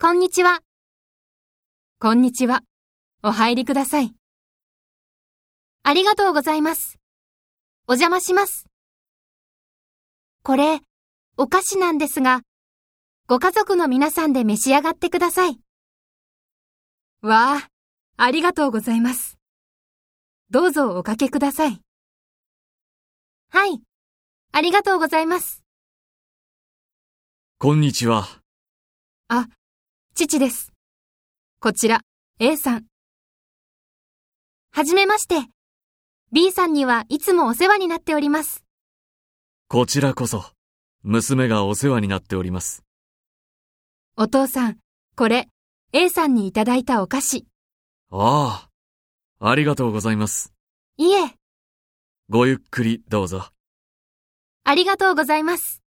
こんにちは。こんにちは。お入りください。ありがとうございます。お邪魔します。これ、お菓子なんですが、ご家族の皆さんで召し上がってください。わあ、ありがとうございます。どうぞおかけください。はい、ありがとうございます。 こんにちは。 あ、父です。こちら、A さん。はじめまして。B さんにはいつもお世話になっております。 こちらこそ、娘がお世話になっております。 お父さん、これ、A さんにいただいたお菓子。 ああ、ありがとうございます。 いえ。 ごゆっくりどうぞ。 ありがとうございます。